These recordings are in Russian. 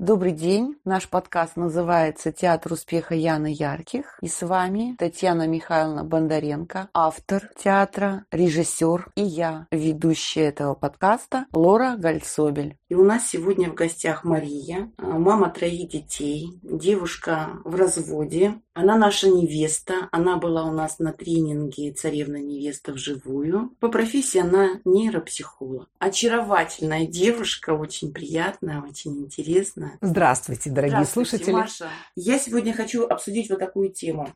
Добрый день. Наш подкаст называется «Театр успеха Яны Ярких». И с вами Татьяна Михайловна Бондаренко, автор театра, режиссер, и я, ведущая этого подкаста, Лора Гальцобель. И у нас сегодня в гостях Мария, мама 3 детей, девушка в разводе. Она наша невеста. Она была у нас на тренинге «Царевна невеста вживую». По профессии она нейропсихолог. Очаровательная девушка, очень приятная, очень интересная. Здравствуйте, дорогие слушатели. Маша. Я сегодня хочу обсудить вот такую тему.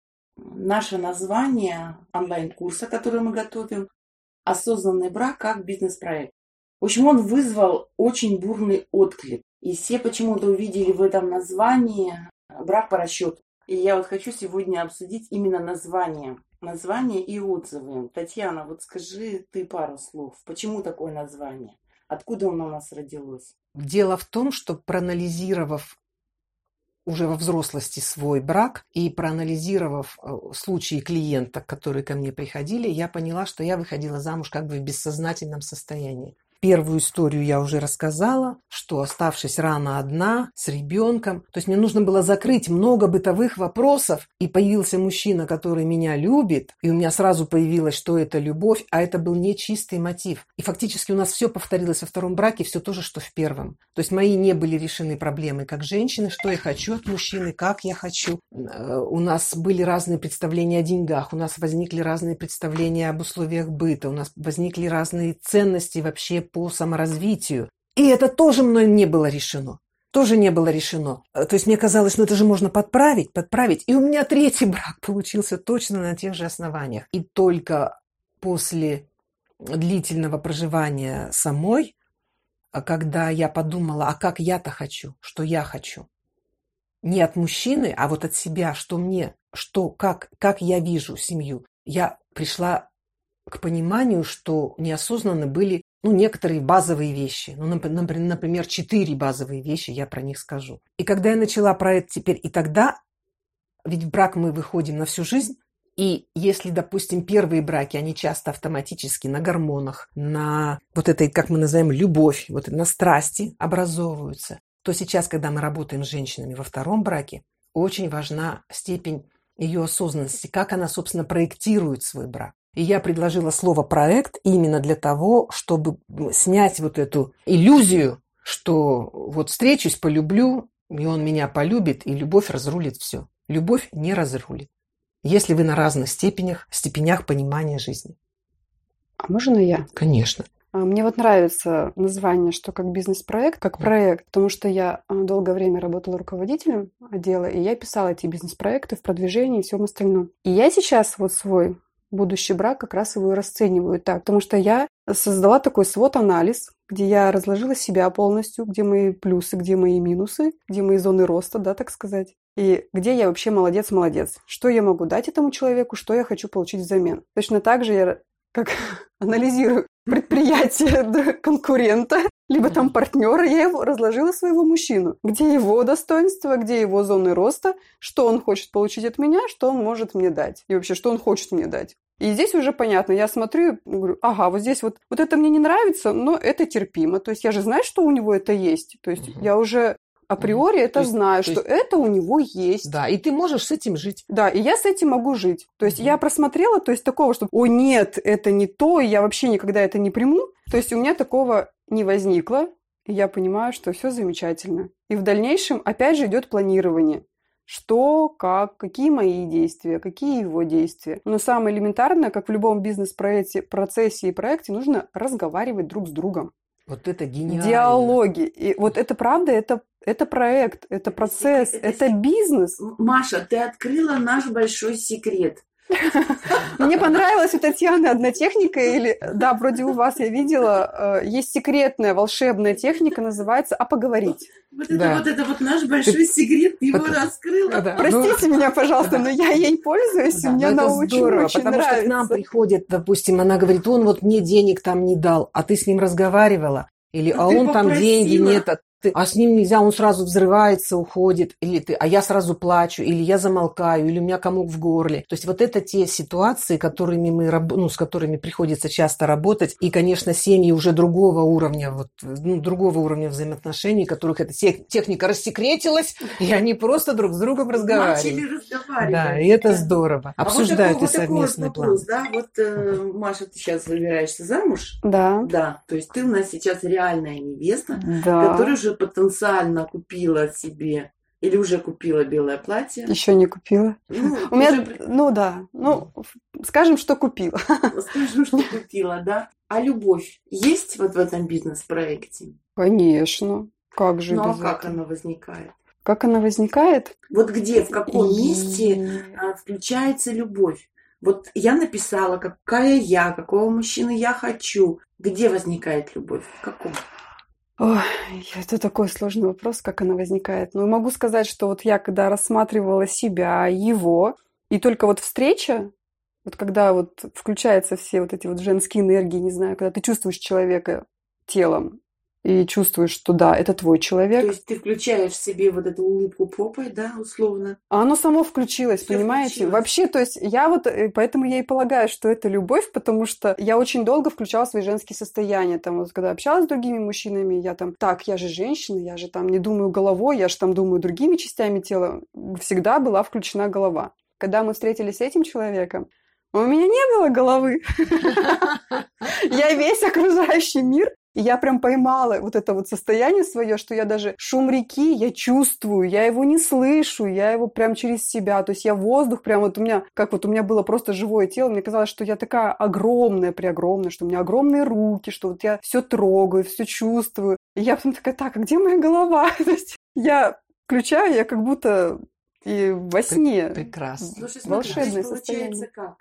Наше название онлайн-курса, который мы готовим, «Осознанный брак как бизнес-проект». В общем, он вызвал очень бурный отклик. И все почему-то увидели в этом названии брак по расчету. И я вот хочу сегодня обсудить именно название и отзывы. Татьяна, вот скажи ты пару слов. Почему такое название? Откуда оно у нас родилось? Дело в том, что проанализировав уже во взрослости свой брак и проанализировав случаи клиенток, которые ко мне приходили, я поняла, что я выходила замуж как бы в бессознательном состоянии. Первую историю я уже рассказала, что, оставшись рано одна, с ребенком, то есть мне нужно было закрыть много бытовых вопросов, и появился мужчина, который меня любит, и у меня сразу появилось, что это любовь, а это был не чистый мотив. И фактически у нас все повторилось во втором браке, все то же, что в первом. То есть мои не были решены проблемы как женщины, что я хочу от мужчины, как я хочу. У нас были разные представления о деньгах, у нас возникли разные представления об условиях быта, у нас возникли разные ценности вообще по саморазвитию. И это тоже мной не было решено. Тоже не было решено. То есть мне казалось, это же можно подправить. И у меня 3-й брак получился точно на тех же основаниях. И только после длительного проживания самой, когда я подумала, а как я-то хочу, что я хочу. Не от мужчины, а вот от себя, что мне, как я вижу семью. Я пришла к пониманию, что неосознанно были некоторые базовые вещи. Например, 4 базовые вещи, я про них скажу. И когда я начала про это теперь, и тогда, ведь в брак мы выходим на всю жизнь, и если, допустим, первые браки, они часто автоматически на гормонах, на вот этой, как мы называем, любовь, вот на страсти образовываются, то сейчас, когда мы работаем с женщинами во втором браке, очень важна степень ее осознанности, как она, собственно, проектирует свой брак. И я предложила слово «проект» именно для того, чтобы снять вот эту иллюзию, что вот встречусь, полюблю, и он меня полюбит, и любовь разрулит все. Любовь не разрулит, если вы на разных степенях понимания жизни. А можно я? Конечно. Мне вот нравится название, что как бизнес-проект, как проект, потому что я долгое время работала руководителем отдела, и я писала эти бизнес-проекты в продвижении и всем остальном. И я сейчас вот свой будущий брак как раз его и расцениваю так, потому что я создала такой свод-анализ, где я разложила себя полностью, где мои плюсы, где мои минусы, где мои зоны роста, да, так сказать, и где я вообще молодец-молодец. Что я могу дать этому человеку, что я хочу получить взамен. Точно так же я как анализирую предприятие конкурента, либо там партнера, я его разложила своего мужчину. Где его достоинства, где его зоны роста, что он хочет получить от меня, что он может мне дать. И вообще, что он хочет мне дать. И здесь уже понятно. Я смотрю и говорю, ага, вот здесь вот это мне не нравится, но это терпимо. То есть я же знаю, что у него это есть. То есть я уже априори это знаю, что это у него есть. Да, и ты можешь с этим жить. Да, и я с этим могу жить. То есть я просмотрела, то есть такого, что «О, нет, это не то, и я вообще никогда это не приму». То есть у меня такого не возникло, и я понимаю, что все замечательно. И в дальнейшем опять же идет планирование. Что, как, какие мои действия, какие его действия. Но самое элементарное, как в любом бизнес-процессе и проекте, нужно разговаривать друг с другом. Вот это гениально. Диалоги. И вот это правда, это проект, это процесс, это бизнес. Маша, ты открыла наш большой секрет. Мне понравилась у Татьяны одна техника, или, да, вроде у вас я видела, есть секретная волшебная техника, называется «А поговорить». Вот это наш большой секрет, ты его раскрыла. Да. Простите меня, пожалуйста, но я ей пользуюсь, Да, мне она очень здорово, очень потому нравится. что к нам приходит, допустим, она говорит, он вот мне денег там не дал, а ты с ним разговаривала, или а он там деньги нет. а с ним нельзя, он сразу взрывается, уходит, а я сразу плачу, или я замолкаю, или у меня комок в горле. То есть вот это те ситуации, с которыми приходится часто работать, и, конечно, семьи уже другого уровня взаимоотношений, которых эта техника рассекретилась, и они просто друг с другом разговаривают. Начали разговаривать. Да, и это здорово. Обсуждают и совместный план. Да, Маша, ты сейчас выбираешься замуж? Да. Да, то есть ты у нас сейчас реальная невеста, Да. которая уже потенциально купила себе или уже купила белое платье. Еще не купила. У меня, скажем, что купила. Скажем, что купила, да. А любовь есть вот в этом бизнес-проекте? Конечно. Как же без Ну, а как этого? она возникает? Как она возникает? Вот где, в каком месте включается любовь? Вот я написала, какого мужчины я хочу. Где возникает любовь? В каком? Ой, это такой сложный вопрос, как она возникает. Но могу сказать, что вот я когда рассматривала себя, его, и только вот встреча, вот когда вот включаются все вот эти вот женские энергии, не знаю, когда ты чувствуешь человека телом, и чувствуешь, что да, это твой человек. То есть ты включаешь в себе вот эту улыбку попой, да, условно? А оно само включилось, Всё понимаете? включилось. Вообще, то есть поэтому я и полагаю, что это любовь, потому что я очень долго включала свои женские состояния. Там вот когда общалась с другими мужчинами, я же женщина, я же там не думаю головой, я же там думаю другими частями тела. Всегда была включена голова. Когда мы встретились с этим человеком, у меня не было головы. Я весь окружающий мир. И я прям поймала вот это вот состояние свое, что я даже шум реки я чувствую, я его не слышу, я его прям через себя, то есть я воздух прям вот у меня было просто живое тело, мне казалось, что я такая огромная, преогромная, что у меня огромные руки, что вот я все трогаю, все чувствую. И я потом такая, так, а где моя голова? То есть я включаю, я как будто и во сне. Прекрасно. Слушай, Волшебное получается состояние. как?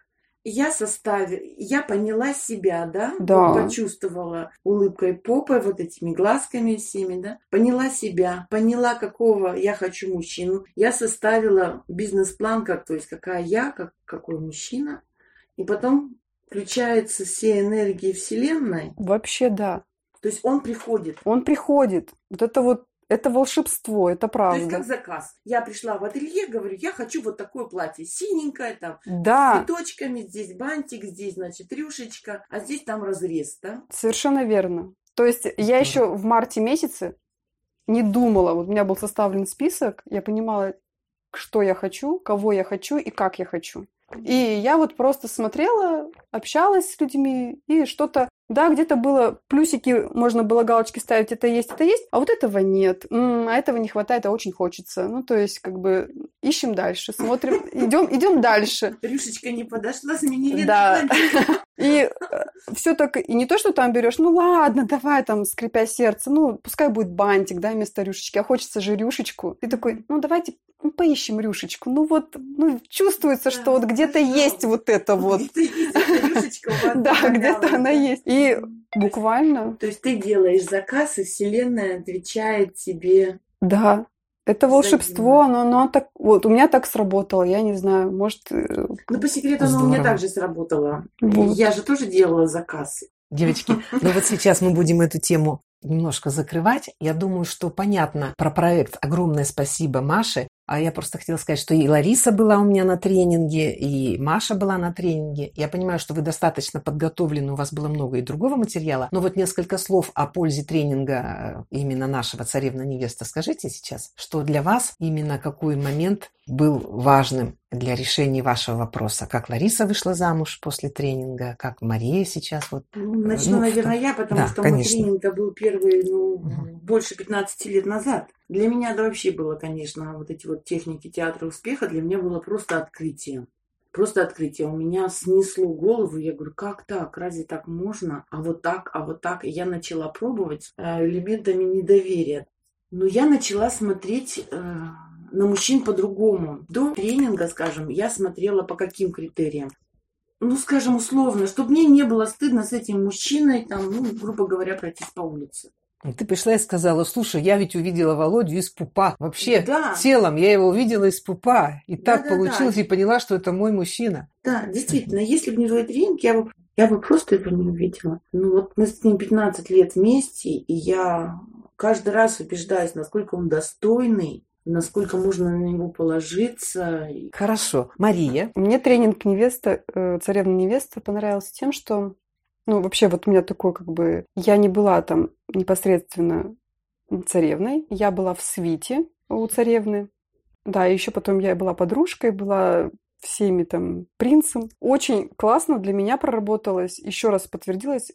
Я поняла себя, да? Да. Вот почувствовала улыбкой попой, вот этими глазками всеми, да? Поняла себя, поняла, какого я хочу мужчину. Я составила бизнес-план, то есть какая я, какой мужчина. И потом включаются все энергии Вселенной. Вообще да. То есть он приходит. Он приходит. Это волшебство, это То есть правда. как заказ. Я пришла в ателье, говорю, я хочу вот такое платье синенькое, там, Да. с цветочками, здесь бантик, здесь, значит, рюшечка, а здесь там разрез, да? Совершенно верно. То есть я еще в марте месяце не думала, вот у меня был составлен список, я понимала, что я хочу, кого я хочу и как я хочу. И я вот просто смотрела, общалась с людьми, и что-то, да, где-то было плюсики, можно было галочки ставить, это есть, а вот этого нет, а этого не хватает, а очень хочется. Ну, то есть, как бы, ищем дальше, смотрим, идем дальше. Рюшечка не подошла, сменили. Да. И все так, и не то, что там берешь, ну ладно, давай там, скрипя сердце, ну, пускай будет бантик, да, вместо рюшечки, а хочется же рюшечку. Ты такой, ну, давайте поищем рюшечку. Чувствуется, что вот где-то есть вот это вот. Где-то есть эта рюшечка у вас. Да, где-то она есть. И буквально. То есть ты делаешь заказ, и Вселенная отвечает тебе. Да. Это волшебство, оно так, вот, у меня так сработало, я не знаю, может... Ну, по секрету, оно у меня также сработало. Вот. Я же тоже делала заказ. Девочки, ну вот сейчас мы будем эту тему немножко закрывать. Я думаю, что понятно про проект. Огромное спасибо Маше. А я просто хотела сказать, что и Лариса была у меня на тренинге, и Маша была на тренинге. Я понимаю, что вы достаточно подготовлены, у вас было много и другого материала. Но вот несколько слов о пользе тренинга именно нашего «Царевна-невеста» скажите сейчас, что для вас именно какой момент был важным для решения вашего вопроса? Как Лариса вышла замуж после тренинга, как Мария сейчас вот... Начну, наверное, я, потому что конечно. мой тренинг был первый, больше 15 лет назад. Для меня это вообще было, конечно, вот эти вот техники театра успеха, для меня было просто открытие. Просто открытие. У меня снесло голову. Я говорю, как так? Разве так можно? А вот так, а вот так. И я начала пробовать элементами недоверия. Но я начала смотреть на мужчин по-другому. До тренинга, скажем, я смотрела по каким критериям? Ну, скажем, условно, чтобы мне не было стыдно с этим мужчиной, там, грубо говоря, пройтись по улице. Ты пришла и сказала, слушай, я ведь увидела Володю из пупа. Вообще, телом я его увидела из пупа. И так получилось, и поняла, что это мой мужчина. Да, действительно, если бы не твой тренинг, я бы просто его не увидела. Ну вот мы с ним 15 лет вместе, и я каждый раз убеждаюсь, насколько он достойный, насколько можно на него положиться. Хорошо. Мария? Мне тренинг невеста, царевна невеста понравился тем, что, ну, вообще вот у меня такой, как бы, я не была там непосредственно царевной, я была в свите у царевны. Да, и еще потом я была подружкой, была всеми там принцем. Очень классно для меня проработалось, еще раз подтвердилось,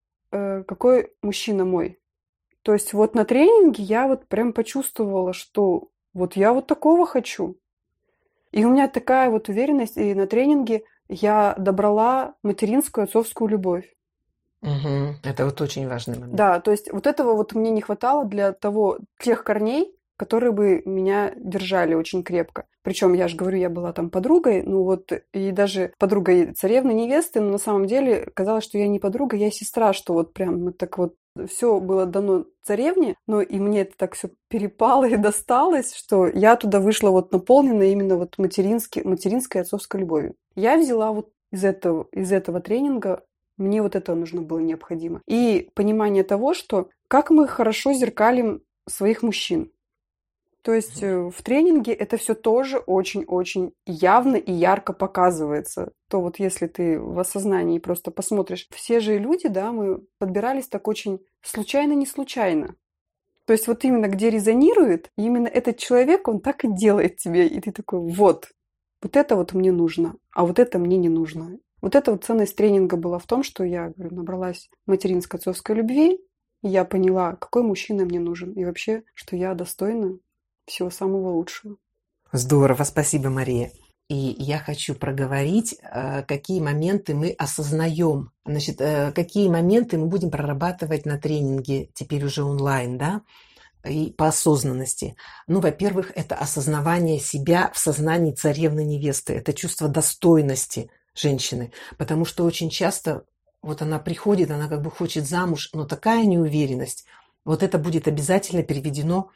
какой мужчина мой. То есть вот на тренинге я вот прям почувствовала, что вот я вот такого хочу. И у меня такая вот уверенность, и на тренинге я добрала материнскую, отцовскую любовь. Угу. Это вот очень важный момент. Да, то есть вот этого вот мне не хватало для тех корней, которые бы меня держали очень крепко. Причем, я же говорю, я была там подругой, ну вот, и даже подругой царевны невесты, но на самом деле казалось, что я не подруга, я сестра, что вот прям вот так вот все было дано царевне, но и мне это так все перепало и досталось, что я туда вышла вот наполненная именно вот материнской и отцовской любовью. Я взяла вот из этого тренинга, мне вот это нужно было необходимо. И понимание того, что как мы хорошо зеркалим своих мужчин. То есть в тренинге это все тоже очень-очень явно и ярко показывается. То вот если ты в осознании просто посмотришь, все же люди, да, мы подбирались так очень случайно-не случайно. То есть вот именно где резонирует, именно этот человек, он так и делает тебе. И ты такой, вот это вот мне нужно, а вот это мне не нужно. Вот эта вот ценность тренинга была в том, что я, говорю, набралась материнской отцовской любви, и я поняла, какой мужчина мне нужен, и вообще, что я достойна всего самого лучшего. Здорово, спасибо, Мария. И я хочу проговорить, какие моменты мы осознаем. Значит, какие моменты мы будем прорабатывать на тренинге, теперь уже онлайн, да, и по осознанности. Ну, во-первых, это осознавание себя в сознании царевны невесты. Это чувство достойности женщины. Потому что очень часто вот она приходит, она как бы хочет замуж, но такая неуверенность. Вот это будет обязательно переведено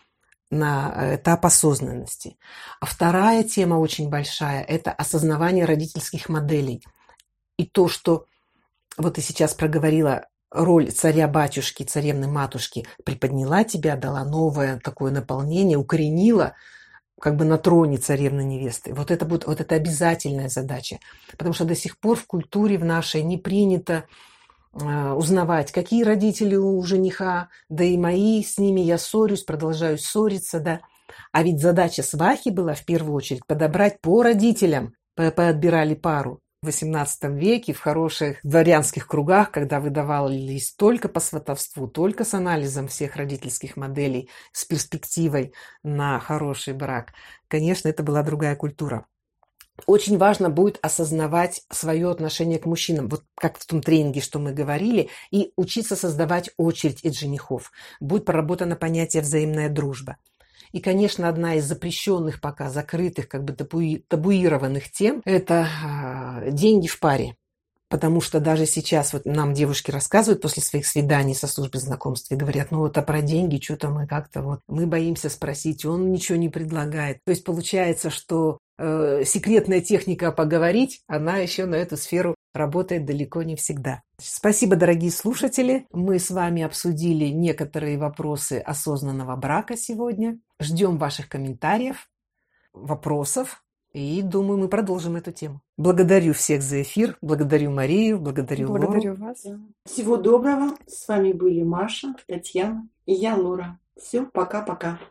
на этап осознанности. А вторая тема очень большая – это осознавание родительских моделей. И то, что вот ты сейчас проговорила, роль царя-батюшки, царевны-матушки приподняла тебя, дала новое такое наполнение, укоренила как бы на троне царевны-невесты. Вот это обязательная задача. Потому что до сих пор в культуре в нашей не принято узнавать, какие родители у жениха, да и мои, с ними я ссорюсь, продолжаю ссориться, да. А ведь задача свахи была в первую очередь подобрать по родителям, поотбирали пару. В XVIII веке в хороших дворянских кругах, когда выдавались только по сватовству, только с анализом всех родительских моделей, с перспективой на хороший брак, конечно, это была другая культура. Очень важно будет осознавать свое отношение к мужчинам, вот как в том тренинге, что мы говорили, и учиться создавать очередь от женихов. Будет проработано понятие взаимная дружба. И, конечно, одна из запрещенных пока, закрытых, как бы табуированных тем – это деньги в паре. Потому что даже сейчас вот нам девушки рассказывают после своих свиданий со службой знакомств и говорят, ну вот а про деньги что-то мы как-то вот, мы боимся спросить, он ничего не предлагает. То есть получается, что секретная техника поговорить, она еще на эту сферу работает далеко не всегда. Спасибо, дорогие слушатели. Мы с вами обсудили некоторые вопросы осознанного брака сегодня. Ждем ваших комментариев, вопросов. И думаю, мы продолжим эту тему. Благодарю всех за эфир. Благодарю Марию, благодарю Лору. Благодарю вас. Всего доброго. С вами были Маша, Татьяна и я, Лора. Все, пока-пока.